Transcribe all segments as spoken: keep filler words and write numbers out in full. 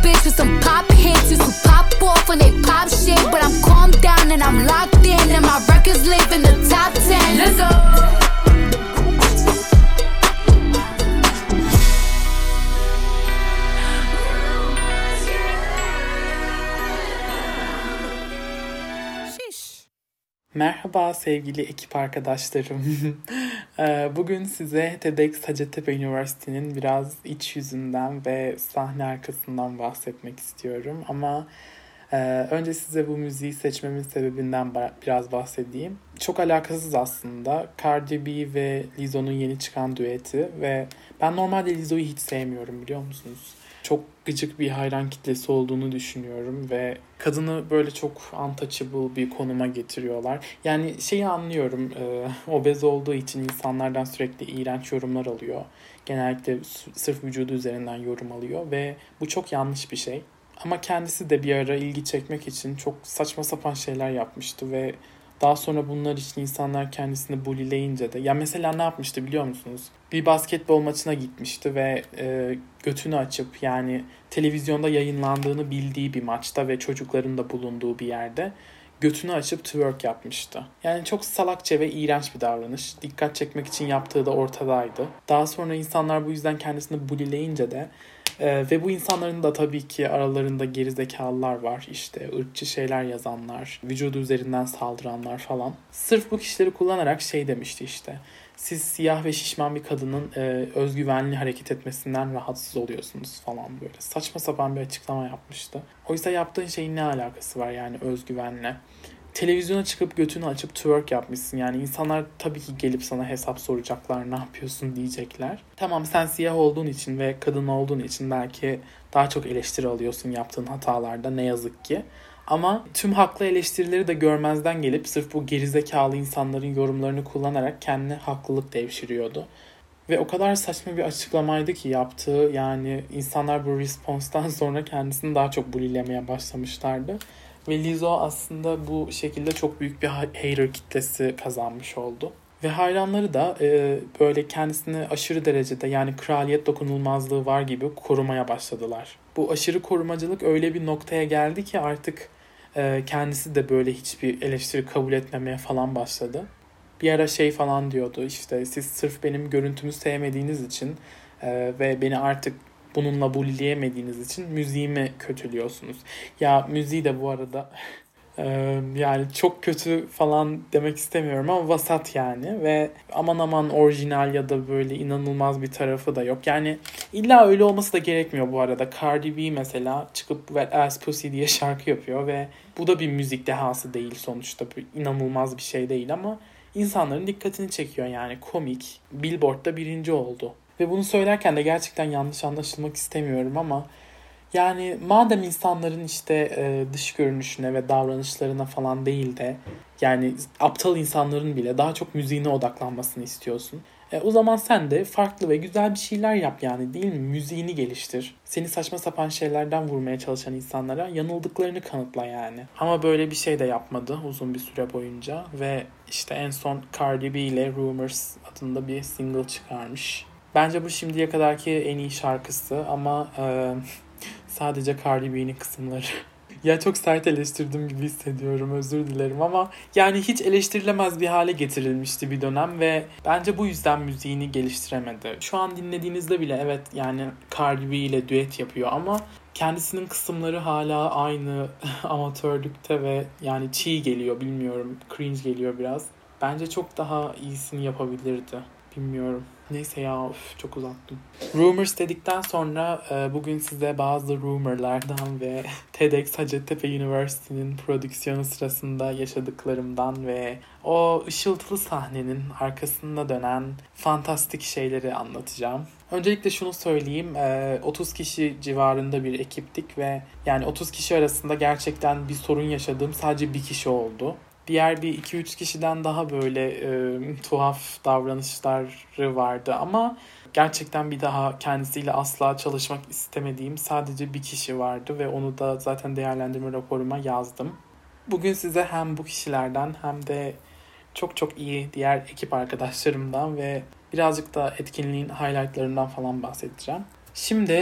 bitch with some pop hits. Used to pop off when they pop shit, but I'm calmed down and I'm locked in, and my records live in the top ten. Let's go. Merhaba sevgili ekip arkadaşlarım. Bugün size TEDx Hacettepe Üniversitesi'nin biraz iç yüzünden ve sahne arkasından bahsetmek istiyorum. Ama önce size bu müziği seçmemin sebebinden biraz bahsedeyim. Çok alakasız aslında. Cardi B ve Lizzo'nun yeni çıkan düeti ve ben normalde Lizzo'yu hiç sevmiyorum, biliyor musunuz? Çok gıcık bir hayran kitlesi olduğunu düşünüyorum ve kadını böyle çok untouchable bir konuma getiriyorlar. Yani şeyi anlıyorum, e, obez olduğu için insanlardan sürekli iğrenç yorumlar alıyor. Genellikle sırf vücudu üzerinden yorum alıyor ve bu çok yanlış bir şey. Ama kendisi de bir ara ilgi çekmek için çok saçma sapan şeyler yapmıştı ve daha sonra bunlar için insanlar kendisini bullileyince de... Ya mesela ne yapmıştı biliyor musunuz? Bir basketbol maçına gitmişti ve e, götünü açıp, yani televizyonda yayınlandığını bildiği bir maçta ve çocukların da bulunduğu bir yerde götünü açıp twerk yapmıştı. Yani çok salakça ve iğrenç bir davranış. Dikkat çekmek için yaptığı da ortadaydı. Daha sonra insanlar bu yüzden kendisini bullileyince de Ee, ve bu insanların da tabii ki aralarında gerizekalılar var, işte ırkçı şeyler yazanlar, vücudu üzerinden saldıranlar falan. Sırf bu kişileri kullanarak şey demişti işte. Siz siyah ve şişman bir kadının e, özgüvenli hareket etmesinden rahatsız oluyorsunuz falan böyle. Saçma sapan bir açıklama yapmıştı. Oysa yaptığın şeyin ne alakası var yani özgüvenle? Televizyona çıkıp götünü açıp twerk yapmışsın. Yani insanlar tabii ki gelip sana hesap soracaklar, ne yapıyorsun diyecekler. Tamam, sen siyah olduğun için ve kadın olduğun için belki daha çok eleştiri alıyorsun yaptığın hatalarda, ne yazık ki. Ama tüm haklı eleştirileri de görmezden gelip sırf bu gerizekalı insanların yorumlarını kullanarak kendine haklılık devşiriyordu. Ve o kadar saçma bir açıklamaydı ki yaptığı, yani insanlar bu responstan sonra kendisini daha çok bullylemeye başlamışlardı. Ve Lizzo aslında bu şekilde çok büyük bir hater kitlesi kazanmış oldu. Ve hayranları da e, böyle kendisini aşırı derecede, yani kraliyet dokunulmazlığı var gibi korumaya başladılar. Bu aşırı korumacılık öyle bir noktaya geldi ki artık e, kendisi de böyle hiçbir eleştiri kabul etmemeye falan başladı. Bir ara şey falan diyordu, işte siz sırf benim görüntümü sevmediğiniz için e, ve beni artık bununla bullileyemediğiniz için müziğimi kötülüyorsunuz. Ya müziği de bu arada e, yani çok kötü falan demek istemiyorum ama vasat yani. Ve aman aman orijinal ya da böyle inanılmaz bir tarafı da yok. Yani illa öyle olması da gerekmiyor bu arada. Cardi B mesela çıkıp Wet Ass Pussy diye şarkı yapıyor ve bu da bir müzik dehası değil sonuçta. İnanılmaz bir şey değil ama insanların dikkatini çekiyor yani, komik. Billboard'da birinci oldu. Ve bunu söylerken de gerçekten yanlış anlaşılmak istemiyorum ama yani madem insanların işte e, dış görünüşüne ve davranışlarına falan değil de yani aptal insanların bile daha çok müziğine odaklanmasını istiyorsun. E, o zaman sen de farklı ve güzel bir şeyler yap yani, değil mi? Müziğini geliştir. Seni saçma sapan şeylerden vurmaya çalışan insanlara yanıldıklarını kanıtla yani. Ama böyle bir şey de yapmadı uzun bir süre boyunca ve işte en son Cardi B ile Rumors adında bir single çıkarmış. Bence bu şimdiye kadarki en iyi şarkısı ama e, sadece Cardi B'nin kısımları. Ya çok sert eleştirdim gibi hissediyorum, özür dilerim ama yani hiç eleştirilemez bir hale getirilmişti bir dönem ve bence bu yüzden müziğini geliştiremedi. Şu an dinlediğinizde bile evet yani Cardi B ile düet yapıyor ama kendisinin kısımları hala aynı amatörlükte ve yani çiğ geliyor, bilmiyorum, cringe geliyor biraz. Bence çok daha iyisini yapabilirdi. Bilmiyorum. Neyse ya, of, çok uzattım. Rumors dedikten sonra e, bugün size bazı rumorlardan ve TEDx Hacettepe Üniversitesi'nin prodüksiyonu sırasında yaşadıklarımdan ve o ışıltılı sahnenin arkasında dönen fantastik şeyleri anlatacağım. Öncelikle şunu söyleyeyim, e, otuz kişi civarında bir ekiptik ve yani otuz kişi arasında gerçekten bir sorun yaşadığım sadece bir kişi oldu. Diğer bir iki üç kişiden daha böyle e, tuhaf davranışları vardı ama gerçekten bir daha kendisiyle asla çalışmak istemediğim sadece bir kişi vardı ve onu da zaten değerlendirme raporuma yazdım. Bugün size hem bu kişilerden hem de çok çok iyi diğer ekip arkadaşlarımdan ve birazcık da etkinliğin highlightlarından falan bahsedeceğim. Şimdi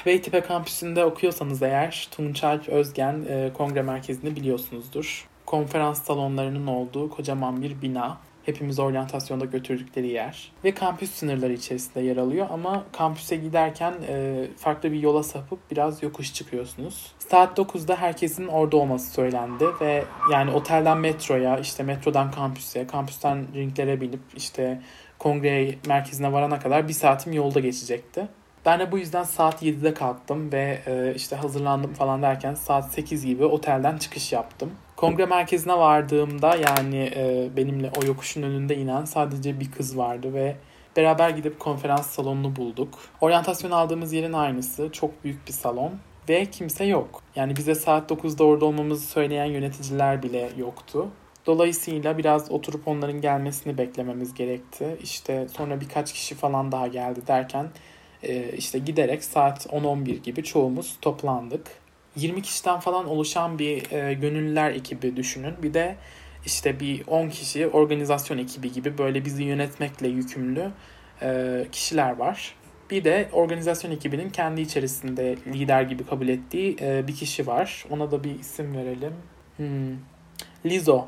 Beytepe kampüsünde okuyorsanız eğer Tunçalp Özgen e, Kongre Merkezi'ni biliyorsunuzdur. Konferans salonlarının olduğu kocaman bir bina. Hepimiz oryantasyonda götürdükleri yer. Ve kampüs sınırları içerisinde yer alıyor ama kampüse giderken e, farklı bir yola sapıp biraz yokuş çıkıyorsunuz. Saat dokuzda herkesin orada olması söylendi ve yani otelden metroya, işte metrodan kampüse, kampüsten ringlere binip işte kongre merkezine varana kadar bir saatim yolda geçecekti. Ben de bu yüzden saat yedide kalktım ve e, işte hazırlandım falan derken saat sekiz gibi otelden çıkış yaptım. Kongre merkezine vardığımda yani e, benimle o yokuşun önünde inen sadece bir kız vardı ve beraber gidip konferans salonunu bulduk. Oryantasyon aldığımız yerin aynısı. Çok büyük bir salon ve kimse yok. Yani bize saat dokuzda orada olmamızı söyleyen yöneticiler bile yoktu. Dolayısıyla biraz oturup onların gelmesini beklememiz gerekti. İşte sonra birkaç kişi falan daha geldi derken e, işte giderek saat on on bir gibi çoğumuz toplandık. yirmi kişiden falan oluşan bir e, gönüllüler ekibi düşünün. Bir de işte bir on kişi organizasyon ekibi gibi böyle bizi yönetmekle yükümlü e, kişiler var. Bir de organizasyon ekibinin kendi içerisinde lider gibi kabul ettiği e, bir kişi var. Ona da bir isim verelim. Hmm. Lizo.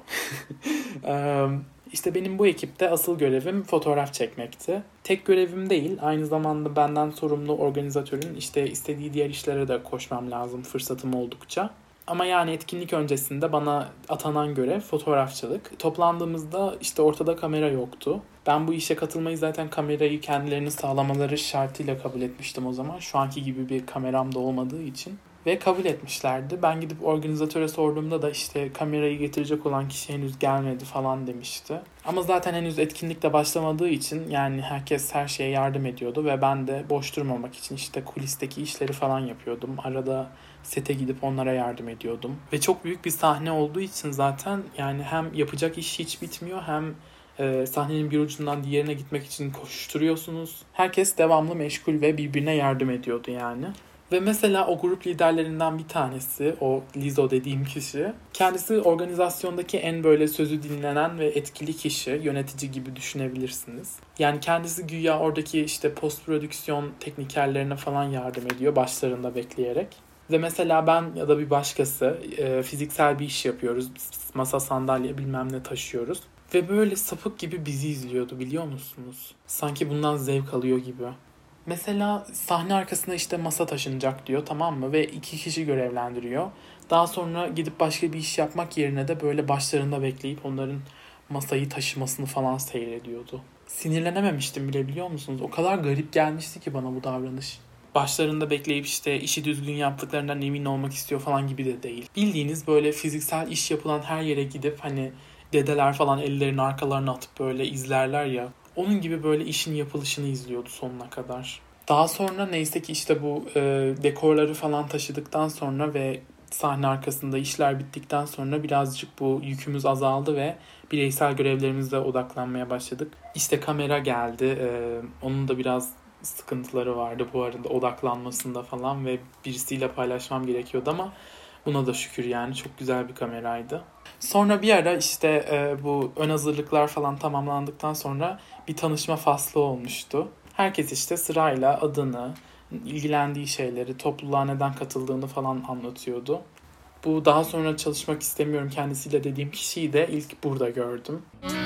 um, İşte benim bu ekipte asıl görevim fotoğraf çekmekti. Tek görevim değil, aynı zamanda benden sorumlu organizatörün işte istediği diğer işlere de koşmam lazım fırsatım oldukça. Ama yani etkinlik öncesinde bana atanan görev fotoğrafçılık. Toplandığımızda işte ortada kamera yoktu. Ben bu işe katılmayı zaten kamerayı kendilerini sağlamaları şartıyla kabul etmiştim o zaman. Şu anki gibi bir kameram da olmadığı için. Ve kabul etmişlerdi. Ben gidip organizatöre sorduğumda da işte kamerayı getirecek olan kişi henüz gelmedi falan demişti. Ama zaten henüz etkinlik de başlamadığı için yani herkes her şeye yardım ediyordu ve ben de boş durmamak için işte kulisteki işleri falan yapıyordum. Arada sete gidip onlara yardım ediyordum. Ve çok büyük bir sahne olduğu için zaten yani hem yapacak iş hiç bitmiyor hem e, sahnenin bir ucundan diğerine gitmek için koşturuyorsunuz. Herkes devamlı meşgul ve birbirine yardım ediyordu yani. Ve mesela o grup liderlerinden bir tanesi, o Lizo dediğim kişi, kendisi organizasyondaki en böyle sözü dinlenen ve etkili kişi, yönetici gibi düşünebilirsiniz. Yani kendisi güya oradaki işte post prodüksiyon teknikerlerine falan yardım ediyor başlarında bekleyerek. Ve mesela ben ya da bir başkası e, fiziksel bir iş yapıyoruz, masa sandalye bilmem ne taşıyoruz. Ve böyle sapık gibi bizi izliyordu biliyor musunuz? Sanki bundan zevk alıyor gibi. Mesela sahne arkasına işte masa taşınacak diyor, tamam mı? Ve iki kişi görevlendiriyor. Daha sonra gidip başka bir iş yapmak yerine de böyle başlarında bekleyip onların masayı taşımasını falan seyrediyordu. Sinirlenememiştim bile biliyor musunuz? O kadar garip gelmişti ki bana bu davranış. Başlarında bekleyip işte işi düzgün yaptıklarından emin olmak istiyor falan gibi de değil. Bildiğiniz böyle fiziksel iş yapılan her yere gidip hani dedeler falan ellerini arkalarına atıp böyle izlerler ya. Onun gibi böyle işin yapılışını izliyordu sonuna kadar. Daha sonra neyse ki işte bu e, dekorları falan taşıdıktan sonra ve sahne arkasında işler bittikten sonra birazcık bu yükümüz azaldı ve bireysel görevlerimize odaklanmaya başladık. İşte kamera geldi. E, onun da biraz sıkıntıları vardı bu arada odaklanmasında falan ve birisiyle paylaşmam gerekiyordu ama buna da şükür yani çok güzel bir kameraydı. Sonra bir ara işte e, bu ön hazırlıklar falan tamamlandıktan sonra bir tanışma faslı olmuştu. Herkes işte sırayla adını, ilgilendiği şeyleri, topluluğa neden katıldığını falan anlatıyordu. Bu daha sonra çalışmak istemiyorum kendisiyle dediğim kişiyi de ilk burada gördüm.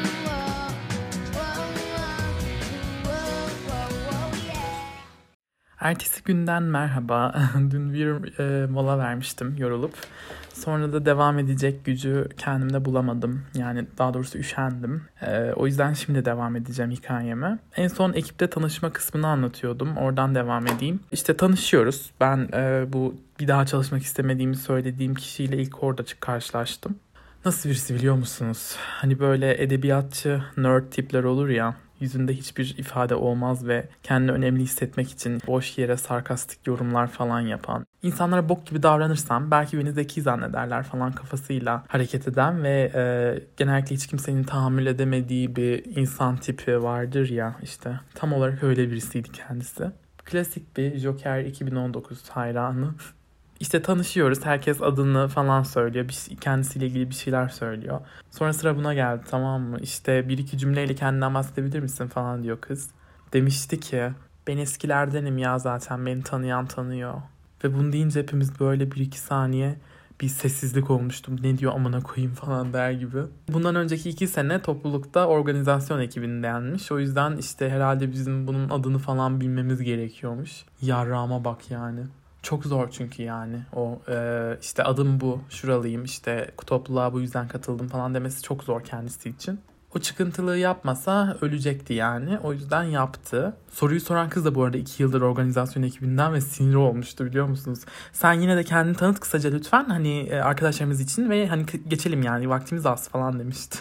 Ertesi günden merhaba. Dün bir e, mola vermiştim yorulup. Sonra da devam edecek gücü kendimde bulamadım. Yani daha doğrusu üşendim. E, o yüzden şimdi devam edeceğim hikayeme. En son ekipte tanışma kısmını anlatıyordum. Oradan devam edeyim. İşte tanışıyoruz. Ben e, bu bir daha çalışmak istemediğimi söylediğim kişiyle ilk orada karşılaştım. Nasıl birisi biliyor musunuz? Hani böyle edebiyatçı nerd tipler olur ya. Yüzünde hiçbir ifade olmaz ve kendini önemli hissetmek için boş yere sarkastik yorumlar falan yapan. İnsanlara bok gibi davranırsam belki beni zeki zannederler falan kafasıyla hareket eden ve e, genellikle hiç kimsenin tahammül edemediği bir insan tipi vardır ya işte. Tam olarak öyle birisiydi kendisi. Klasik bir Joker iki bin on dokuz hayranı. İşte tanışıyoruz. Herkes adını falan söylüyor. Bir, kendisiyle ilgili bir şeyler söylüyor. Sonra sıra buna geldi, tamam mı? İşte bir iki cümleyle kendinden bahsedebilir misin falan diyor kız. Demişti ki Ben eskilerdenim ya, zaten beni tanıyan tanıyor. Ve bunu deyince hepimiz böyle bir iki saniye bir sessizlik olmuştum. Ne diyor amına koyayım falan der gibi. Bundan önceki iki sene toplulukta organizasyon ekibindenmiş. O yüzden işte herhalde bizim bunun adını falan bilmemiz gerekiyormuş. Yarrağıma bak yani. Çok zor çünkü yani. O e, işte adım bu, şuralıyım, işte topluluğa bu yüzden katıldım falan demesi çok zor kendisi için. O çıkıntılığı yapmasa ölecekti yani. O yüzden yaptı. Soruyu soran kız da bu arada iki yıldır organizasyon ekibinden ve sinir olmuştu, biliyor musunuz? Sen yine de kendini tanıt kısaca lütfen. Hani arkadaşlarımız için ve hani geçelim yani, vaktimiz az falan demişti.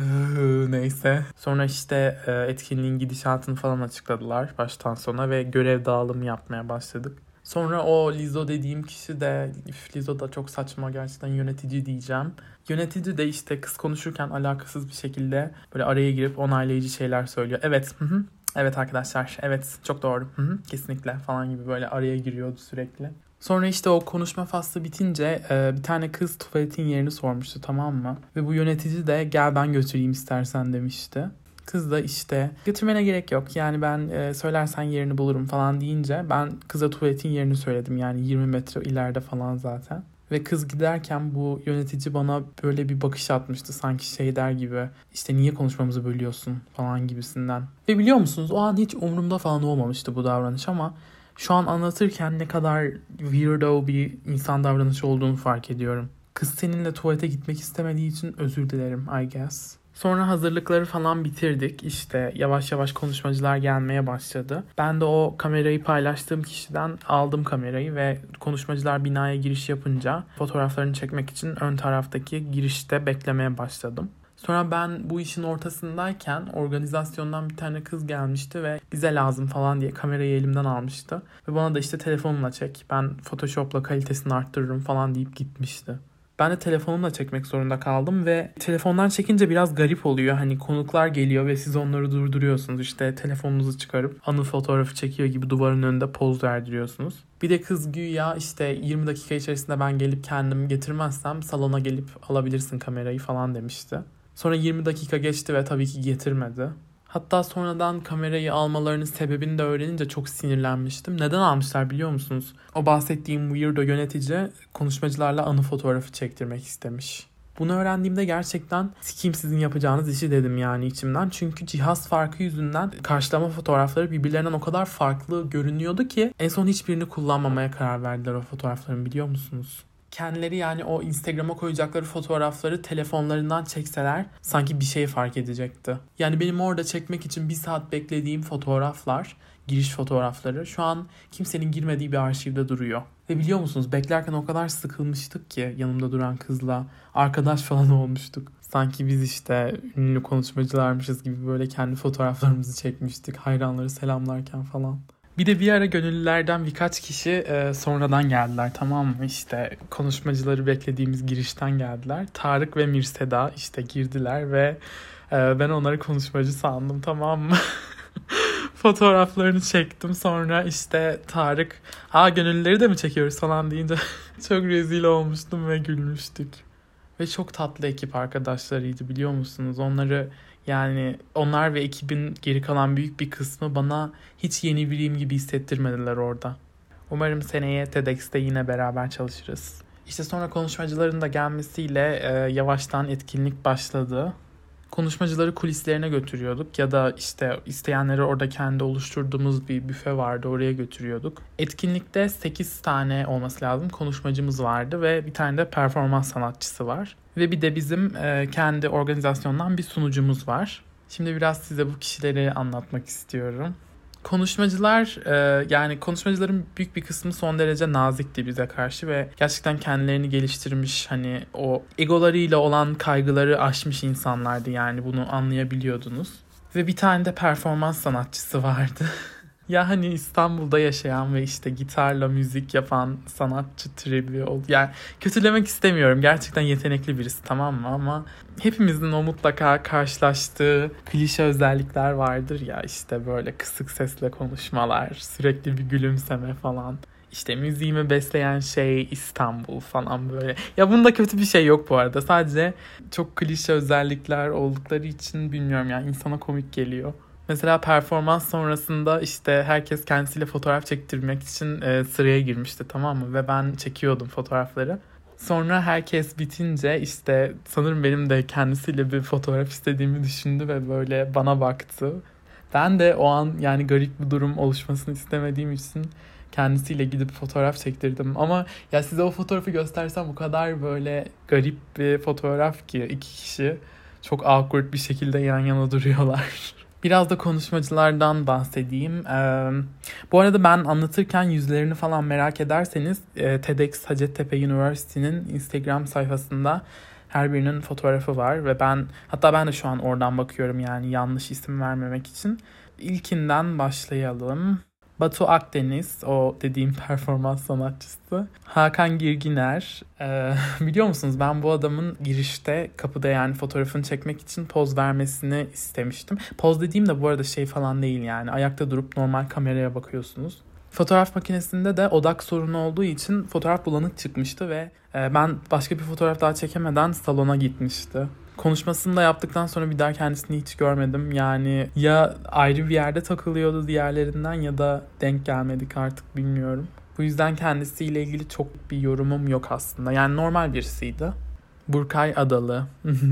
Neyse. Sonra işte etkinliğin gidişatını falan açıkladılar baştan sona ve görev dağılımı yapmaya başladık. Sonra o Lizo dediğim kişi de, üf, Lizo da çok saçma gerçekten, yönetici diyeceğim. Yönetici de işte kız konuşurken alakasız bir şekilde böyle araya girip onaylayıcı şeyler söylüyor. Evet, hı hı, evet arkadaşlar, evet çok doğru, hı hı, kesinlikle falan gibi böyle araya giriyordu sürekli. Sonra işte o konuşma faslı bitince e, bir tane kız tuvaletin yerini sormuştu, tamam mı? Ve bu yönetici de gel ben götüreyim istersen demişti. Kız da işte götürmene gerek yok yani ben e, söylersen yerini bulurum falan deyince ben kıza tuvaletin yerini söyledim, yani yirmi metre ileride falan zaten. Ve kız giderken bu yönetici bana böyle bir bakış atmıştı, sanki şey der gibi, işte niye konuşmamızı bölüyorsun falan gibisinden. Ve biliyor musunuz o an hiç umurumda falan olmamıştı bu davranış ama şu an anlatırken ne kadar weirdo bir insan davranışı olduğunu fark ediyorum. Kız seninle tuvalete gitmek istemediği için özür dilerim I guess. Sonra hazırlıkları falan bitirdik. İşte yavaş yavaş konuşmacılar gelmeye başladı. Ben de o kamerayı paylaştığım kişiden aldım kamerayı ve konuşmacılar binaya giriş yapınca fotoğraflarını çekmek için ön taraftaki girişte beklemeye başladım. Sonra ben bu işin ortasındayken organizasyondan bir tane kız gelmişti ve bize lazım falan diye kamerayı elimden almıştı. Ve bana da işte telefonla çek, ben Photoshop'la kalitesini arttırırım falan deyip gitmişti. Ben de telefonumla çekmek zorunda kaldım ve telefondan çekince biraz garip oluyor. Hani konuklar geliyor ve siz onları durduruyorsunuz. İşte telefonunuzu çıkarıp anı fotoğrafı çekiyor gibi duvarın önünde poz verdiriyorsunuz. Bir de kız güya işte yirmi dakika içerisinde ben gelip kendimi getirmezsem salona gelip alabilirsin kamerayı falan demişti. Sonra yirmi dakika geçti ve tabii ki getirmedi. Hatta sonradan kamerayı almalarının sebebini de öğrenince çok sinirlenmiştim. Neden almışlar biliyor musunuz? O bahsettiğim weirdo yönetici konuşmacılarla anı fotoğrafı çektirmek istemiş. Bunu öğrendiğimde gerçekten sikeyim sizin yapacağınız işi dedim yani içimden. Çünkü cihaz farkı yüzünden karşılama fotoğrafları birbirlerinden o kadar farklı görünüyordu ki en son hiçbirini kullanmamaya karar verdiler o fotoğrafların, biliyor musunuz? Kendileri yani o Instagram'a koyacakları fotoğrafları telefonlarından çekseler sanki bir şey fark edecekti. Yani benim orada çekmek için bir saat beklediğim fotoğraflar, giriş fotoğrafları şu an kimsenin girmediği bir arşivde duruyor. Ve biliyor musunuz beklerken o kadar sıkılmıştık ki yanımda duran kızla arkadaş falan olmuştuk. Sanki biz işte ünlü konuşmacılarmışız gibi böyle kendi fotoğraflarımızı çekmiştik hayranları selamlarken falan. Bir de bir ara gönüllülerden birkaç kişi e, sonradan geldiler, tamam mı? İşte konuşmacıları beklediğimiz girişten geldiler. Tarık ve Mirseda işte girdiler ve e, ben onları konuşmacı sandım, tamam mı? Fotoğraflarını çektim. Sonra işte Tarık aa gönüllüleri de mi çekiyoruz falan deyince çok rezil olmuştum ve gülmüştük. Ve çok tatlı ekip arkadaşlarıydı, biliyor musunuz? Onları yani onlar ve ekibin geri kalan büyük bir kısmı bana hiç yeni biriyim gibi hissettirmediler orada. Umarım seneye TEDx'te yine beraber çalışırız. İşte sonra konuşmacıların da gelmesiyle e, yavaştan etkinlik başladı. Konuşmacıları kulislerine götürüyorduk ya da işte isteyenleri orada kendi oluşturduğumuz bir büfe vardı, oraya götürüyorduk. Etkinlikte sekiz tane olması lazım konuşmacımız vardı ve bir tane de performans sanatçısı var. Ve bir de bizim e, kendi organizasyondan bir sunucumuz var. Şimdi biraz size bu kişileri anlatmak istiyorum. Konuşmacılar e, yani konuşmacıların büyük bir kısmı son derece nazikti bize karşı ve gerçekten kendilerini geliştirmiş, hani o egolarıyla olan kaygıları aşmış insanlardı, yani bunu anlayabiliyordunuz. Ve bir tane de performans sanatçısı vardı. Ya hani İstanbul'da yaşayan ve işte gitarla müzik yapan sanatçı tribi oldu. Yani kötülemek istemiyorum. Gerçekten yetenekli birisi, tamam mı? Ama hepimizin o mutlaka karşılaştığı klişe özellikler vardır ya, işte böyle kısık sesle konuşmalar, sürekli bir gülümseme falan. İşte müziğimi besleyen şey İstanbul falan böyle. Ya bunda kötü bir şey yok bu arada. Sadece çok klişe özellikler oldukları için bilmiyorum yani insana komik geliyor. Mesela performans sonrasında işte herkes kendisiyle fotoğraf çektirmek için e, sıraya girmişti, tamam mı? Ve ben çekiyordum fotoğrafları. Sonra herkes bitince işte sanırım benim de kendisiyle bir fotoğraf istediğimi düşündü ve böyle bana baktı. Ben de o an yani garip bir durum oluşmasını istemediğim için kendisiyle gidip fotoğraf çektirdim. Ama ya size o fotoğrafı göstersem o kadar böyle garip bir fotoğraf ki iki kişi çok awkward bir şekilde yan yana duruyorlar. Biraz da konuşmacılardan bahsedeyim. Ee, bu arada ben anlatırken yüzlerini falan merak ederseniz e, TEDx Hacettepe Üniversitesi'nin Instagram sayfasında her birinin fotoğrafı var ve ben hatta ben de şu an oradan bakıyorum yani yanlış isim vermemek için. İlkinden başlayalım. Batu Akdeniz, o dediğim performans sanatçısı. Hakan Girginer. Ee, biliyor musunuz ben bu adamın girişte kapıda yani fotoğrafını çekmek için poz vermesini istemiştim. Poz dediğim de bu arada şey falan değil yani. Ayakta durup normal kameraya bakıyorsunuz. Fotoğraf makinesinde de odak sorunu olduğu için fotoğraf bulanık çıkmıştı ve e, ben başka bir fotoğraf daha çekemeden salona gitmişti. Konuşmasını da yaptıktan sonra bir daha kendisini hiç görmedim. Yani ya ayrı bir yerde takılıyordu diğerlerinden ya da denk gelmedik artık bilmiyorum. Bu yüzden kendisiyle ilgili çok bir yorumum yok aslında. Yani normal birisiydi. Burkay Adalı.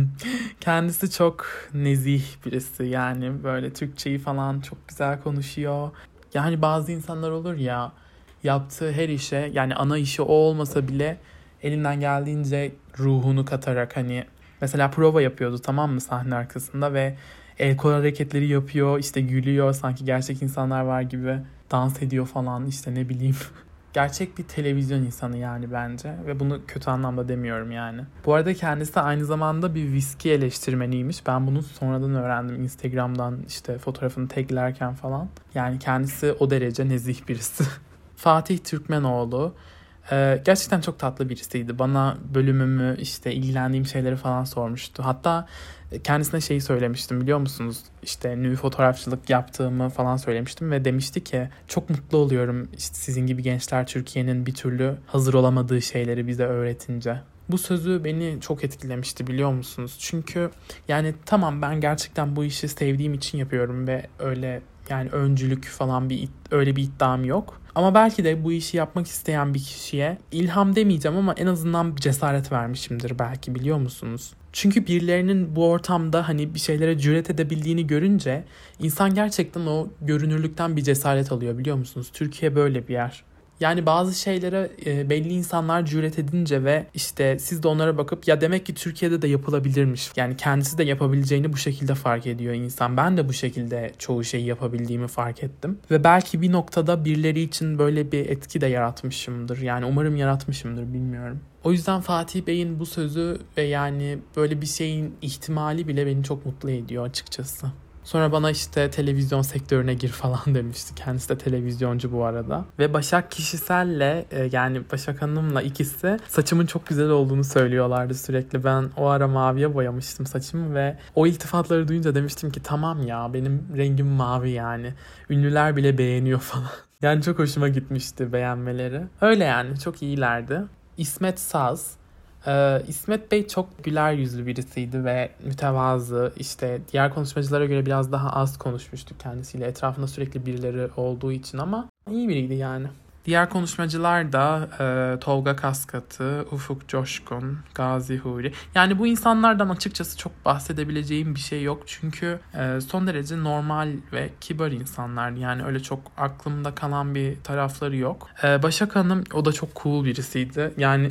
Kendisi çok nezih birisi. Yani böyle Türkçeyi falan çok güzel konuşuyor. Yani bazı insanlar olur ya yaptığı her işe yani ana işi o olmasa bile elinden geldiğince ruhunu katarak hani mesela prova yapıyordu, tamam mı, sahne arkasında ve el kol hareketleri yapıyor, işte gülüyor, sanki gerçek insanlar var gibi dans ediyor falan, işte ne bileyim. Gerçek bir televizyon insanı yani bence ve bunu kötü anlamda demiyorum yani. Bu arada kendisi aynı zamanda bir viski eleştirmeniymiş. Ben bunu sonradan öğrendim Instagram'dan işte fotoğrafını taglerken falan. Yani kendisi o derece nezih birisi. Fatih Türkmenoğlu. Ee, gerçekten çok tatlı birisiydi. Bana bölümümü, işte ilgilendiğim şeyleri falan sormuştu. Hatta kendisine şeyi söylemiştim, biliyor musunuz? İşte nü fotoğrafçılık yaptığımı falan söylemiştim ve demişti ki çok mutlu oluyorum işte sizin gibi gençler Türkiye'nin bir türlü hazır olamadığı şeyleri bize öğretince. Bu sözü beni çok etkilemişti, biliyor musunuz? Çünkü yani tamam, ben gerçekten bu işi sevdiğim için yapıyorum ve öyle yani öncülük falan bir öyle bir iddiam yok. Ama belki de bu işi yapmak isteyen bir kişiye ilham demeyeceğim ama en azından bir cesaret vermişimdir belki, biliyor musunuz? Çünkü birilerinin bu ortamda hani bir şeylere cüret edebildiğini görünce insan gerçekten o görünürlükten bir cesaret alıyor, biliyor musunuz? Türkiye böyle bir yer. Yani bazı şeylere e, belli insanlar cüret edince ve işte siz de onlara bakıp ya demek ki Türkiye'de de yapılabilirmiş. Yani kendisi de yapabileceğini bu şekilde fark ediyor insan. Ben de bu şekilde çoğu şeyi yapabildiğimi fark ettim. Ve belki bir noktada birileri için böyle bir etki de yaratmışımdır. Yani umarım yaratmışımdır, bilmiyorum. O yüzden Fatih Bey'in bu sözü ve yani böyle bir şeyin ihtimali bile beni çok mutlu ediyor açıkçası. Sonra bana işte televizyon sektörüne gir falan demişti. Kendisi de televizyoncu bu arada. Ve Başak Kişisel'le yani Başak Hanım'la ikisi saçımın çok güzel olduğunu söylüyorlardı sürekli. Ben o ara maviye boyamıştım saçımı ve o iltifatları duyunca demiştim ki tamam ya, benim rengim mavi yani. Ünlüler bile beğeniyor falan. Yani çok hoşuma gitmişti beğenmeleri. Öyle yani, çok iyilerdi. İsmet Saz. Ee, İsmet Bey çok güler yüzlü birisiydi ve mütevazı. İşte diğer konuşmacılara göre biraz daha az konuşmuştuk kendisiyle. Etrafında sürekli birileri olduğu için ama iyi biriydi yani. Diğer konuşmacılar da e, Tolga Kaskatı, Ufuk Coşkun, Gazi Huri. Yani bu insanlardan açıkçası çok bahsedebileceğim bir şey yok. Çünkü e, son derece normal ve kibar insanlar. Yani öyle çok aklımda kalan bir tarafları yok. E, Başak Hanım, o da çok cool birisiydi. Yani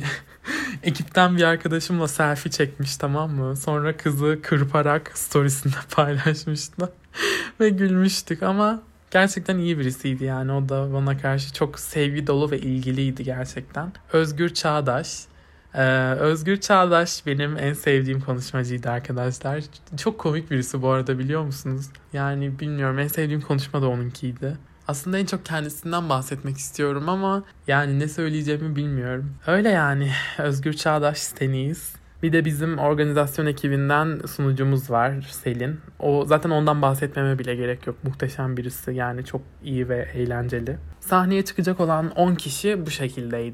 ekipten bir arkadaşımla selfie çekmiş, tamam mı? Sonra kızı kırparak storiesinde paylaşmıştı. Ve gülmüştük ama gerçekten iyi birisiydi yani. O da bana karşı çok sevgi dolu ve ilgiliydi gerçekten. Özgür Çağdaş. Ee, Özgür Çağdaş benim en sevdiğim konuşmacıydı arkadaşlar. Çok komik birisi bu arada, biliyor musunuz? Yani bilmiyorum, en sevdiğim konuşma da onunkiydi. Aslında en çok kendisinden bahsetmek istiyorum ama yani ne söyleyeceğimi bilmiyorum. Öyle yani, Özgür Çağdaş steniyiz. Bir de bizim organizasyon ekibinden sunucumuz var, Selin. O zaten ondan bahsetmeme bile gerek yok. Muhteşem birisi yani, çok iyi ve eğlenceli. Sahneye çıkacak olan on kişi bu şekildeydi.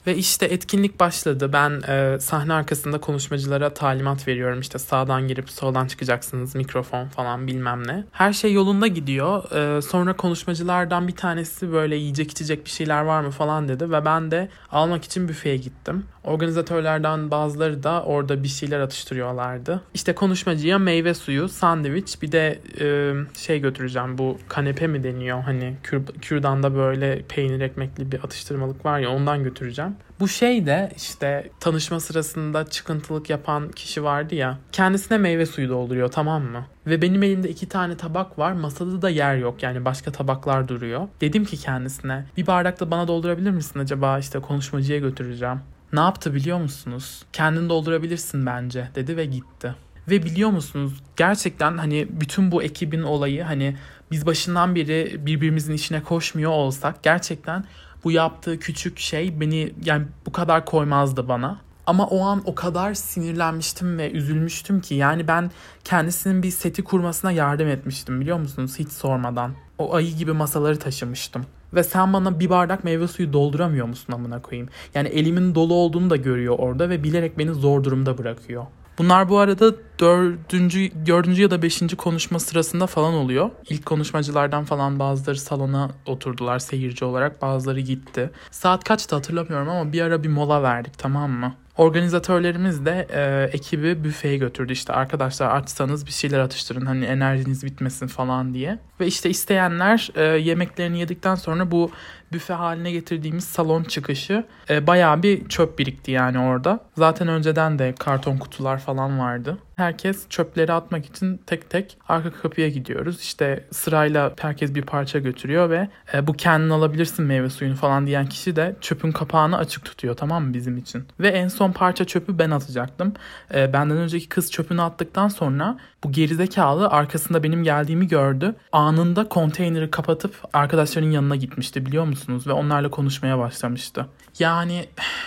Ve işte etkinlik başladı. Ben e, sahne arkasında konuşmacılara talimat veriyorum. İşte sağdan girip soldan çıkacaksınız, mikrofon falan bilmem ne. Her şey yolunda gidiyor. E, sonra konuşmacılardan bir tanesi böyle yiyecek içecek bir şeyler var mı falan dedi. Ve ben de almak için büfeye gittim. Organizatörlerden bazıları da orada bir şeyler atıştırıyorlardı. İşte konuşmacıya meyve suyu, sandviç, bir de e, şey götüreceğim. Bu kanepe mi deniyor? Hani kür, kürdanda böyle peynir ekmekli bir atıştırmalık var ya, ondan götüreceğim. Bu şey de işte tanışma sırasında çıkıntılık yapan kişi vardı ya, kendisine meyve suyu dolduruyor, tamam mı? Ve benim elimde iki tane tabak var, masada da yer yok, yani başka tabaklar duruyor. Dedim ki kendisine, bir bardak da bana doldurabilir misin acaba, işte konuşmacıya götüreceğim. Ne yaptı biliyor musunuz? Kendin doldurabilirsin bence dedi ve gitti. Ve biliyor musunuz, gerçekten hani bütün bu ekibin olayı, hani biz başından beri birbirimizin işine koşmuyor olsak gerçekten bu yaptığı küçük şey beni yani bu kadar koymazdı bana. Ama o an o kadar sinirlenmiştim ve üzülmüştüm ki, yani ben kendisinin bir seti kurmasına yardım etmiştim biliyor musunuz, hiç sormadan. O ayı gibi masaları taşımıştım. Ve sen bana bir bardak meyve suyu dolduramıyor musun amına koyayım? Yani elimin dolu olduğunu da görüyor orada ve bilerek beni zor durumda bırakıyor. Bunlar bu arada dördüncü, dördüncü ya da beşinci konuşma sırasında falan oluyor. İlk konuşmacılardan falan bazıları salona oturdular seyirci olarak, bazıları gitti. Saat kaçtı hatırlamıyorum ama bir ara bir mola verdik, tamam mı? Organizatörlerimiz de e, ekibi büfeye götürdü. İşte arkadaşlar açsanız bir şeyler atıştırın, hani enerjiniz bitmesin falan diye. Ve işte isteyenler e, yemeklerini yedikten sonra bu büfe haline getirdiğimiz salon çıkışı e, bayağı bir çöp birikti yani orada. Zaten önceden de karton kutular falan vardı. Herkes çöpleri atmak için tek tek arka kapıya gidiyoruz. İşte sırayla herkes bir parça götürüyor ve e, bu kendin alabilirsin meyve suyunu falan diyen kişi de çöpün kapağını açık tutuyor, tamam mı, bizim için. Ve en son parça çöpü ben atacaktım. E, benden önceki kız çöpünü attıktan sonra bu gerizekalı arkasında benim geldiğimi gördü. Anında konteyneri kapatıp arkadaşlarının yanına gitmişti biliyor musunuz? Ve onlarla konuşmaya başlamıştı. Yani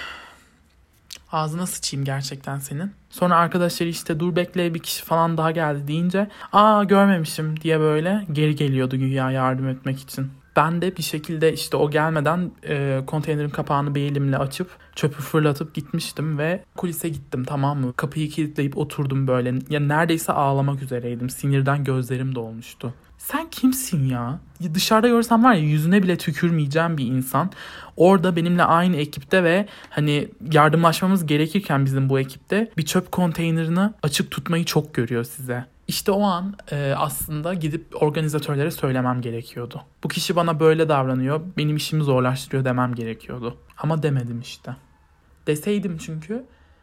ağzına sıçayım gerçekten senin. Sonra arkadaşları işte dur bekle bir kişi falan daha geldi deyince aa görmemişim diye böyle geri geliyordu güya yardım etmek için. Ben de bir şekilde işte o gelmeden e, konteynerin kapağını bir elimle açıp çöpü fırlatıp gitmiştim ve kulise gittim, tamam mı? Kapıyı kilitleyip oturdum böyle. Ya neredeyse ağlamak üzereydim. Sinirden gözlerim dolmuştu. Sen kimsin ya? Dışarıda görsem var ya, yüzüne bile tükürmeyeceğim bir insan. Orada benimle aynı ekipte ve hani yardımlaşmamız gerekirken bizim bu ekipte bir çöp konteynerini açık tutmayı çok görüyor size. İşte o an e, aslında gidip organizatörlere söylemem gerekiyordu. Bu kişi bana böyle davranıyor, benim işimi zorlaştırıyor demem gerekiyordu. Ama demedim işte. Deseydim çünkü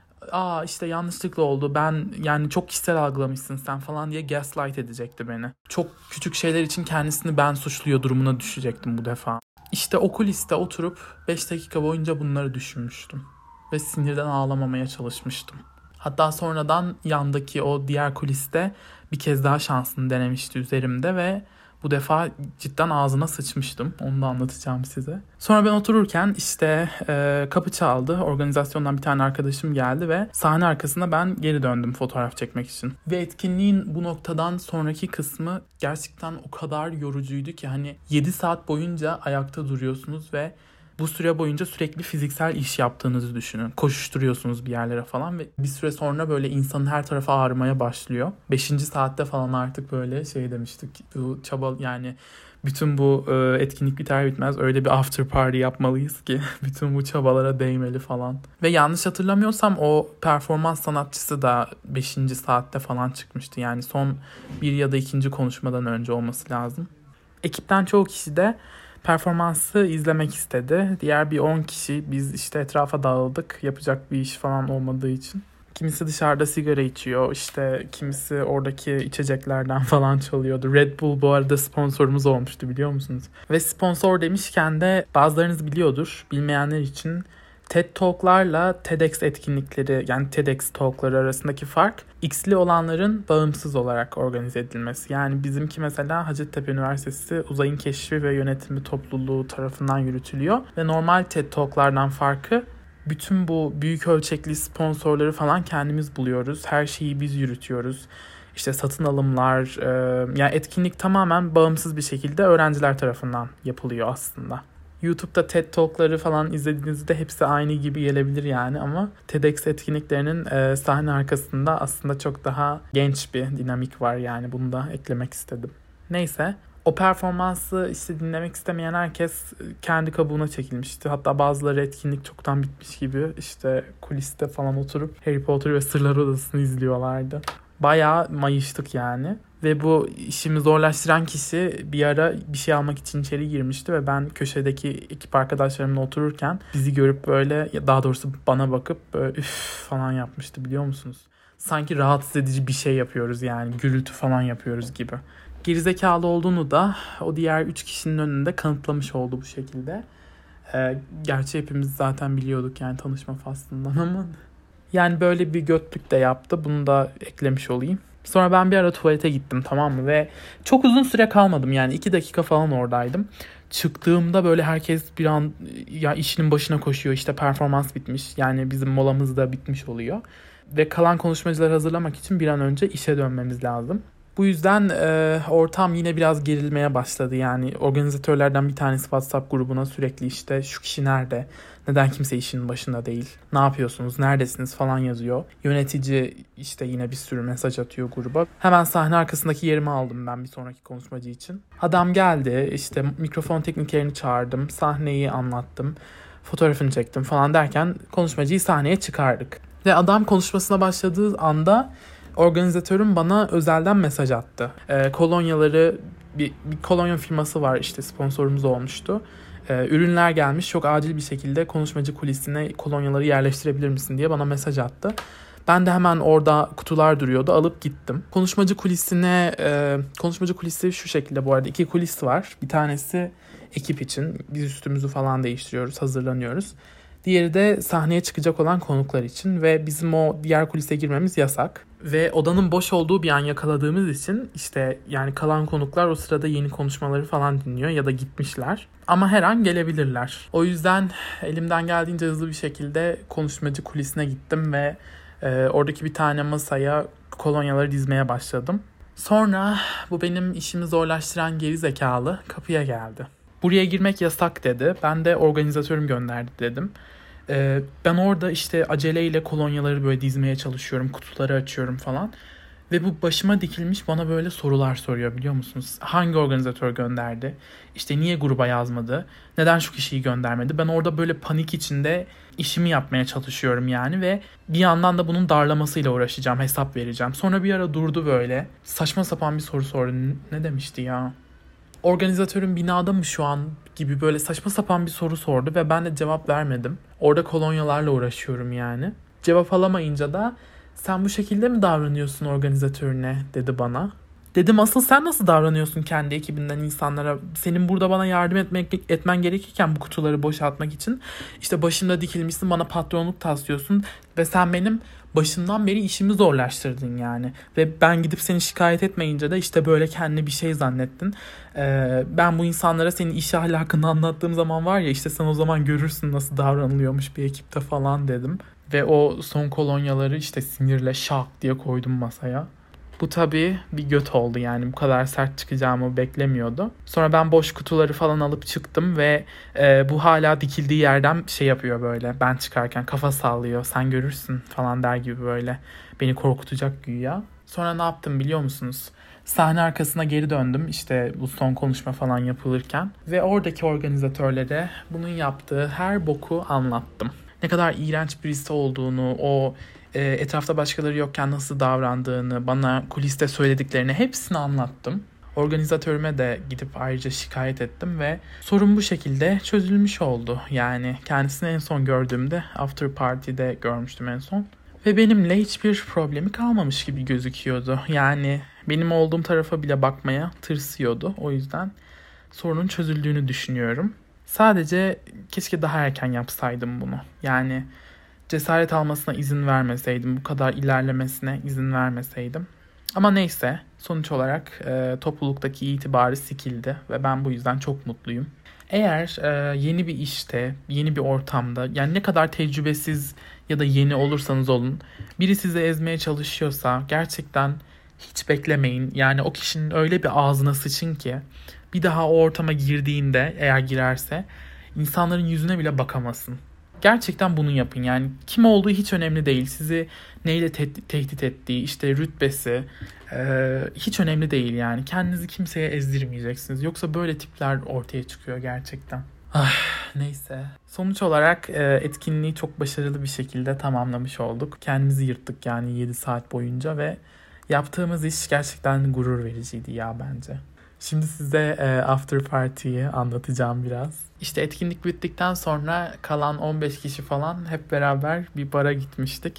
aa işte yanlışlıkla oldu, ben yani çok kişisel algılamışsın sen falan diye gaslight edecekti beni. Çok küçük şeyler için kendisini ben suçluyor durumuna düşecektim bu defa. İşte o kuliste oturup beş dakika boyunca bunları düşünmüştüm. Ve sinirden ağlamamaya çalışmıştım. Hatta sonradan yandaki o diğer kuliste bir kez daha şansını denemişti üzerimde ve bu defa cidden ağzına sıçmıştım. Onu da anlatacağım size. Sonra ben otururken işte e, kapı çaldı. Organizasyondan bir tane arkadaşım geldi ve sahne arkasında ben geri döndüm fotoğraf çekmek için. Ve etkinliğin bu noktadan sonraki kısmı gerçekten o kadar yorucuydu ki hani yedi saat boyunca ayakta duruyorsunuz ve bu süre boyunca sürekli fiziksel iş yaptığınızı düşünün. Koşuşturuyorsunuz bir yerlere falan ve bir süre sonra böyle insanın her tarafı ağrımaya başlıyor. Beşinci saatte falan artık böyle şey demiştik. Bu çaba yani bütün bu e, etkinlik biter bitmez öyle bir after party yapmalıyız ki bütün bu çabalara değmeli falan. Ve yanlış hatırlamıyorsam o performans sanatçısı da beşinci saatte falan çıkmıştı. Yani son bir ya da ikinci konuşmadan önce olması lazım. Ekipten çoğu kişi de performansı izlemek istedi. Diğer bir on kişi biz işte etrafa dağıldık. Yapacak bir iş falan olmadığı için. Kimisi dışarıda sigara içiyor. İşte kimisi oradaki içeceklerden falan çalıyordu. Red Bull bu arada sponsorumuz olmuştu biliyor musunuz? Ve sponsor demişken de bazılarınız biliyordur. Bilmeyenler için TED Talk'larla TEDx etkinlikleri yani TEDx Talk'ları arasındaki fark X'li olanların bağımsız olarak organize edilmesi. Yani bizimki mesela Hacettepe Üniversitesi Uzayın Keşfi ve Yönetimi Topluluğu tarafından yürütülüyor. Ve normal TED Talk'lardan farkı bütün bu büyük ölçekli sponsorları falan kendimiz buluyoruz. Her şeyi biz yürütüyoruz. İşte satın alımlar, e, yani etkinlik tamamen bağımsız bir şekilde öğrenciler tarafından yapılıyor aslında. YouTube'da TED Talk'ları falan izlediğinizde hepsi aynı gibi gelebilir yani ama TEDx etkinliklerinin e, sahne arkasında aslında çok daha genç bir dinamik var yani bunu da eklemek istedim. Neyse. O performansı işte dinlemek istemeyen herkes kendi kabuğuna çekilmişti. Hatta bazıları etkinlik çoktan bitmiş gibi işte kuliste falan oturup Harry Potter ve Sırlar Odası'nı izliyorlardı. Bayağı mayıştık yani. Ve bu işimi zorlaştıran kişi bir ara bir şey almak için içeri girmişti ve ben köşedeki ekip arkadaşlarımla otururken bizi görüp böyle, daha doğrusu bana bakıp böyle üf falan yapmıştı, biliyor musunuz? Sanki rahatsız edici bir şey yapıyoruz yani, gürültü falan yapıyoruz gibi. Gerizekalı olduğunu da o diğer üç kişinin önünde kanıtlamış oldu bu şekilde. Ee, gerçi hepimiz zaten biliyorduk yani tanışma faslından ama. Yani böyle bir götlük de yaptı. Bunu da eklemiş olayım. Sonra ben bir ara tuvalete gittim, tamam mı? Ve çok uzun süre kalmadım yani iki dakika falan oradaydım. Çıktığımda böyle herkes bir an ya işinin başına koşuyor, işte performans bitmiş. Yani bizim molamız da bitmiş oluyor. Ve kalan konuşmacıları hazırlamak için bir an önce işe dönmemiz lazım. Bu yüzden e, ortam yine biraz gerilmeye başladı. Yani organizatörlerden bir tanesi WhatsApp grubuna sürekli işte şu kişi nerede, neden kimse işinin başında değil, ne yapıyorsunuz, neredesiniz falan yazıyor. Yönetici işte yine bir sürü mesaj atıyor gruba. Hemen sahne arkasındaki yerimi aldım ben bir sonraki konuşmacı için. Adam geldi, işte mikrofon teknikerini çağırdım, sahneyi anlattım, fotoğrafını çektim falan derken konuşmacıyı sahneye çıkardık. Ve adam konuşmasına başladığı anda organizatörüm bana özelden mesaj attı. Ee, kolonyaları, bir, bir kolonya firması var işte, sponsorumuz olmuştu. Ee, ürünler gelmiş, çok acil bir şekilde konuşmacı kulisine kolonyaları yerleştirebilir misin diye bana mesaj attı. Ben de hemen orada kutular duruyordu, alıp gittim. Konuşmacı kulisine, e, konuşmacı kulisi şu şekilde bu arada, iki kulis var. Bir tanesi ekip için, biz üstümüzü falan değiştiriyoruz, hazırlanıyoruz. Diğeri de sahneye çıkacak olan konuklar için ve bizim o diğer kulise girmemiz yasak. Ve odanın boş olduğu bir an yakaladığımız için işte yani kalan konuklar o sırada yeni konuşmaları falan dinliyor ya da gitmişler. Ama her an gelebilirler. O yüzden elimden geldiğince hızlı bir şekilde konuşmacı kulisine gittim ve e, oradaki bir tane masaya kolonyaları dizmeye başladım. Sonra bu benim işimi zorlaştıran geri zekalı kapıya geldi. Buraya girmek yasak dedi. Ben de organizatörüm gönderdi dedim. Ee, ben orada işte aceleyle kolonyaları böyle dizmeye çalışıyorum. Kutuları açıyorum falan. Ve bu başıma dikilmiş bana böyle sorular soruyor, biliyor musunuz? Hangi organizatör gönderdi? İşte niye gruba yazmadı? Neden şu kişiyi göndermedi? Ben orada böyle panik içinde işimi yapmaya çalışıyorum yani. Ve bir yandan da bunun darlamasıyla uğraşacağım. Hesap vereceğim. Sonra bir ara durdu böyle. Saçma sapan bir soru sordu. Ne demişti ya? Organizatörün binada mı şu an gibi böyle saçma sapan bir soru sordu ve ben de cevap vermedim. Orada kolonyalarla uğraşıyorum yani. Cevap alamayınca da sen bu şekilde mi davranıyorsun organizatörüne dedi bana. Dedim asıl sen nasıl davranıyorsun kendi ekibinden insanlara? Senin burada bana yardım etmek etmen gerekirken bu kutuları boşaltmak için işte başımda dikilmişsin, bana patronluk taslıyorsun ve sen benim başından beri işimi zorlaştırdın yani. Ve ben gidip seni şikayet etmeyince de işte böyle kendine bir şey zannettin. Ee, ben bu insanlara senin iş ahlakını anlattığım zaman var ya, işte sen o zaman görürsün nasıl davranılıyormuş bir ekipte falan dedim. Ve o son kolonyaları işte sinirle şak diye koydum masaya. Bu tabii bir göt oldu yani, bu kadar sert çıkacağımı beklemiyordu. Sonra ben boş kutuları falan alıp çıktım ve e, bu hala dikildiği yerden şey yapıyor böyle. Ben çıkarken kafa sallıyor, sen görürsün falan der gibi böyle beni korkutacak güya. Sonra ne yaptım biliyor musunuz? Sahne arkasına geri döndüm işte bu son konuşma falan yapılırken ve oradaki organizatörlere bunun yaptığı her boku anlattım. Ne kadar iğrenç birisi olduğunu, o e, etrafta başkaları yokken nasıl davrandığını, bana kuliste söylediklerini hepsini anlattım. Organizatörüme de gidip ayrıca şikayet ettim ve sorun bu şekilde çözülmüş oldu. Yani kendisini en son gördüğümde after party'de görmüştüm en son. Ve benimle hiçbir problemi kalmamış gibi gözüküyordu. Yani benim olduğum tarafa bile bakmaya tırsıyordu. O yüzden sorunun çözüldüğünü düşünüyorum. Sadece keşke daha erken yapsaydım bunu. Yani cesaret almasına izin vermeseydim, bu kadar ilerlemesine izin vermeseydim. Ama neyse, sonuç olarak e, topluluktaki itibarı sikildi ve ben bu yüzden çok mutluyum. Eğer e, yeni bir işte, yeni bir ortamda, yani ne kadar tecrübesiz ya da yeni olursanız olun, biri sizi ezmeye çalışıyorsa gerçekten hiç beklemeyin. Yani o kişinin öyle bir ağzına sıçın ki bir daha o ortama girdiğinde, eğer girerse, insanların yüzüne bile bakamasın. Gerçekten bunu yapın. Yani kim olduğu hiç önemli değil. Sizi neyle te- tehdit ettiği, işte rütbesi e, hiç önemli değil yani. Kendinizi kimseye ezdirmeyeceksiniz. Yoksa böyle tipler ortaya çıkıyor gerçekten. Ah, neyse. Sonuç olarak e, etkinliği çok başarılı bir şekilde tamamlamış olduk. Kendimizi yırttık yani yedi saat boyunca ve yaptığımız iş gerçekten gurur vericiydi ya bence. Şimdi size e, after party'yi anlatacağım biraz. İşte etkinlik bittikten sonra kalan on beş kişi falan hep beraber bir bara gitmiştik.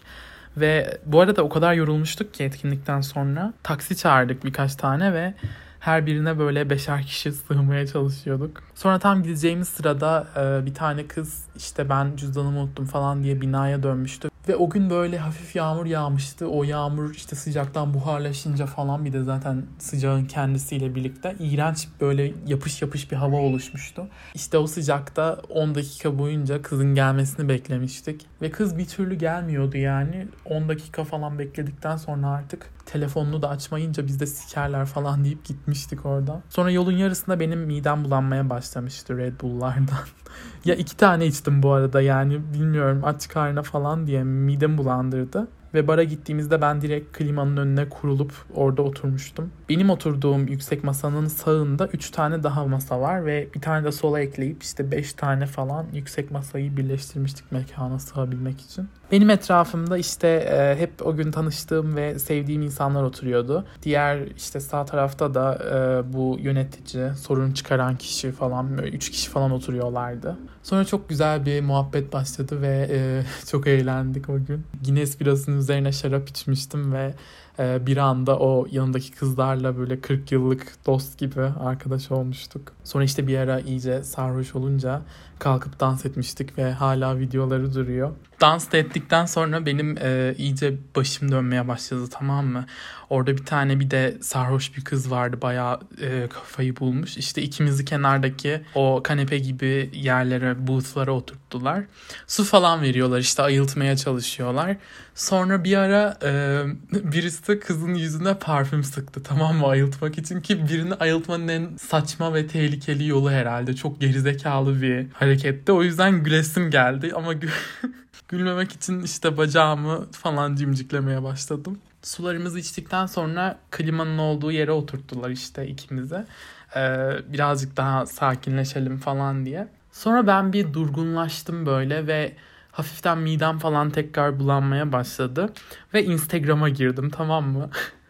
Ve bu arada o kadar yorulmuştuk ki etkinlikten sonra taksi çağırdık birkaç tane ve her birine böyle beşer kişi sığmaya çalışıyorduk. Sonra tam gideceğimiz sırada e, bir tane kız işte ben cüzdanımı unuttum falan diye binaya dönmüştü. Ve o gün böyle hafif yağmur yağmıştı. O yağmur işte sıcaktan buharlaşınca falan bir de zaten sıcağın kendisiyle birlikte iğrenç böyle yapış yapış bir hava oluşmuştu. İşte o sıcakta on dakika boyunca kızın gelmesini beklemiştik. Ve kız bir türlü gelmiyordu yani. on dakika falan bekledikten sonra artık telefonunu da açmayınca biz de sikerler falan deyip gitmiştik oradan. Sonra yolun yarısında benim midem bulanmaya başlamıştı Red Bull'lardan. Ya iki tane içtim bu arada yani bilmiyorum aç karnına falan diye midem bulandırdı. Ve bara gittiğimizde ben direkt klimanın önüne kurulup orada oturmuştum. Benim oturduğum yüksek masanın sağında üç tane daha masa var ve bir tane de sola ekleyip işte beş tane falan yüksek masayı birleştirmiştik mekana sığabilmek için. Benim etrafımda işte e, hep o gün tanıştığım ve sevdiğim insanlar oturuyordu. Diğer işte sağ tarafta da e, bu yönetici, sorun çıkaran kişi falan böyle üç kişi falan oturuyorlardı. Sonra çok güzel bir muhabbet başladı ve e, çok eğlendik o gün. Guinness birasının üzerine şarap içmiştim ve e, bir anda o yanındaki kızlarla böyle kırk yıllık dost gibi arkadaş olmuştuk. Sonra işte bir ara iyice sarhoş olunca kalkıp dans etmiştik ve hala videoları duruyor. Dans ettikten sonra benim e, iyice başım dönmeye başladı, tamam mı? Orada bir tane bir de sarhoş bir kız vardı, bayağı e, kafayı bulmuş. İşte ikimizi kenardaki o kanepe gibi yerlere, booth'lara oturttular. Su falan veriyorlar, işte ayıltmaya çalışıyorlar. Sonra bir ara e, birisi kızın yüzüne parfüm sıktı, tamam mı, ayıltmak için, ki birini ayıltmanın en saçma ve tehlikeli yolu herhalde. Çok gerizekalı bir hareketti. O yüzden gülesim geldi ama gü- gülmemek için işte bacağımı falan cimciklemeye başladım. Sularımızı içtikten sonra klimanın olduğu yere oturttular işte ikimize. Ee, birazcık daha sakinleşelim falan diye. Sonra ben bir durgunlaştım böyle ve hafiften midem falan tekrar bulanmaya başladı. Ve Instagram'a girdim, tamam mı?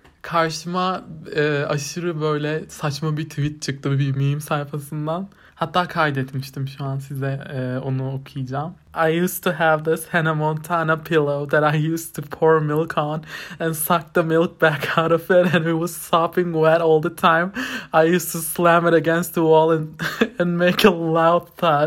Karşıma e, aşırı böyle saçma bir tweet çıktı bir meme sayfasından. Hatta kaydetmiştim, şu an size e, onu okuyacağım. I used to have this Hannah Montana pillow that I used to pour milk on and suck the milk back out of it and it was sopping wet all the time. I used to slam it against the wall and, and make a loud thud.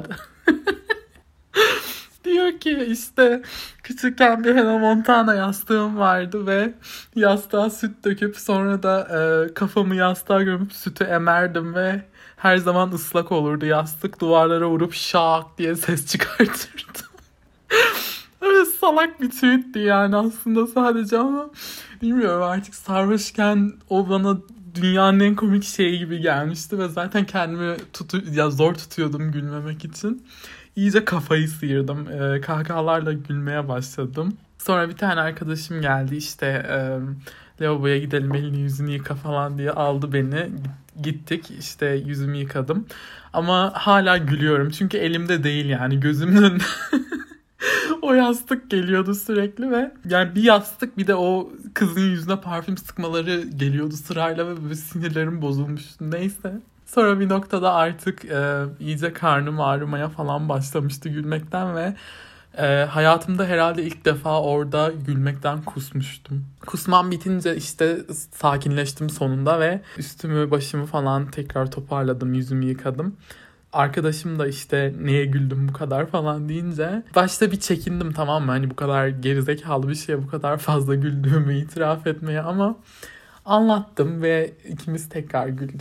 Diyor ki işte küçükken bir Hannah Montana yastığım vardı ve yastığa süt döküp sonra da e, kafamı yastığa gömüp sütü emerdim ve her zaman ıslak olurdu yastık. Duvarlara vurup şak diye ses çıkartırdım. Öyle salak bir tweetti yani aslında sadece, ama bilmiyorum, artık sarhoşken o bana dünyanın en komik şeyi gibi gelmişti ve zaten kendimi tutu- ya zor tutuyordum gülmemek için. İyice kafayı sıyırdım. E, kahkahalarla gülmeye başladım. Sonra bir tane arkadaşım geldi işte e, lavaboya gidelim, elini yüzünü yıka falan diye aldı beni. Gittik işte, yüzümü yıkadım. Ama hala gülüyorum çünkü elimde değil yani, gözümün önünde. O yastık geliyordu sürekli ve yani bir yastık bir de o kızın yüzüne parfüm sıkmaları geliyordu sırayla ve böyle sinirlerim bozulmuştu. Neyse. Sonra bir noktada artık e, iyice karnım ağrımaya falan başlamıştı gülmekten ve e, hayatımda herhalde ilk defa orada gülmekten kusmuştum. Kusmam bitince işte sakinleştim sonunda ve üstümü başımı falan tekrar toparladım, yüzümü yıkadım. Arkadaşım da işte neye güldüm bu kadar falan deyince başta bir çekindim, tamam mı? Hani bu kadar gerizekalı bir şeye bu kadar fazla güldüğümü itiraf etmeye, ama anlattım ve ikimiz tekrar güldük.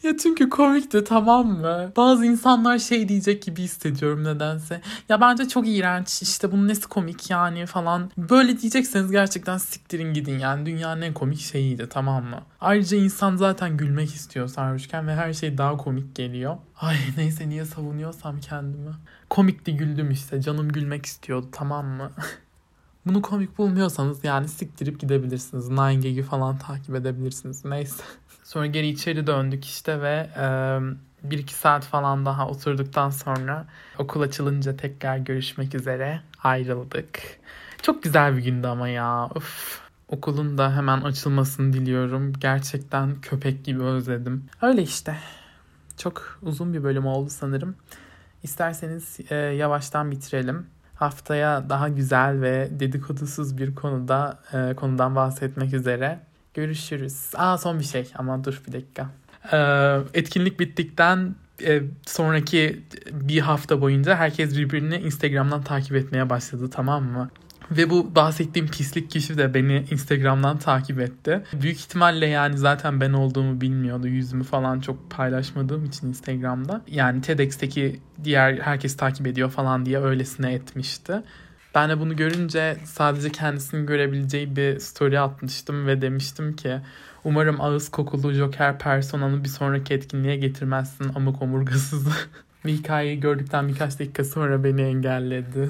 Ya çünkü komikti, tamam mı? Bazı insanlar şey diyecek gibi hissediyorum nedense. Ya bence çok iğrenç, işte bunun nesi komik yani falan. Böyle diyecekseniz gerçekten siktirin gidin yani. Dünyanın en komik şeyiydi, tamam mı? Ayrıca insan zaten gülmek istiyor sarhoşken ve her şey daha komik geliyor. Ay neyse, niye savunuyorsam kendimi. Komikti, güldüm işte, canım gülmek istiyordu, tamam mı? Bunu komik bulmuyorsanız yani siktirip gidebilirsiniz. Nine Gag'i falan takip edebilirsiniz. Neyse. Sonra geri içeri döndük işte ve e, bir iki saat falan daha oturduktan sonra okul açılınca tekrar görüşmek üzere ayrıldık. Çok güzel bir gündü ama ya. Uf. Okulun da hemen açılmasını diliyorum. Gerçekten köpek gibi özledim. Öyle işte. Çok uzun bir bölüm oldu sanırım. İsterseniz e, yavaştan bitirelim. Haftaya daha güzel ve dedikodusuz bir konuda e, konudan bahsetmek üzere. Görüşürüz. Aa son bir şey ama dur bir dakika. Ee, etkinlik bittikten e, sonraki bir hafta boyunca herkes birbirini Instagram'dan takip etmeye başladı, tamam mı? Ve bu bahsettiğim pislik kişi de beni Instagram'dan takip etti. Büyük ihtimalle yani zaten ben olduğumu bilmiyordu. Yüzümü falan çok paylaşmadığım için Instagram'da. Yani TEDx'teki diğer herkes takip ediyor falan diye öylesine etmişti. Ben de bunu görünce sadece kendisini görebileceği bir story atmıştım ve demiştim ki umarım ağız kokulu Joker personanı bir sonraki etkinliğe getirmezsin amık omurgasız. Ve hikayeyi gördükten birkaç dakika sonra beni engelledi.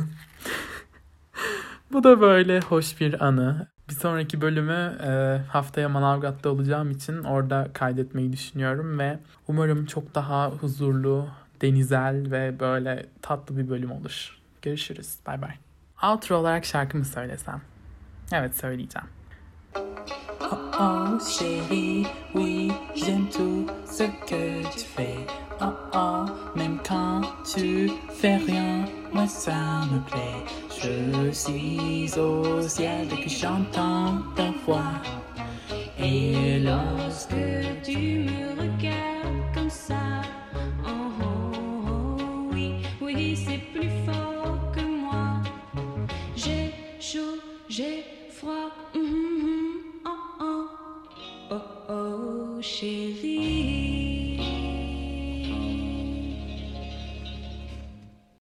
Bu da böyle hoş bir anı. Bir sonraki bölümü e, haftaya Manavgat'ta olacağım için orada kaydetmeyi düşünüyorum ve umarım çok daha huzurlu, denizel ve böyle tatlı bir bölüm olur. Görüşürüz. Bye bye. Outro olarak şarkımı söylesem. Evet, söyleyeceğim. Oh oh chérie, oui j'aime tout ce que tu fais. Oh oh, même quand tu fais rien, moi ça me plaît. Je suis au ciel dès que j'entends ta voix. Et lorsque tu me regardes,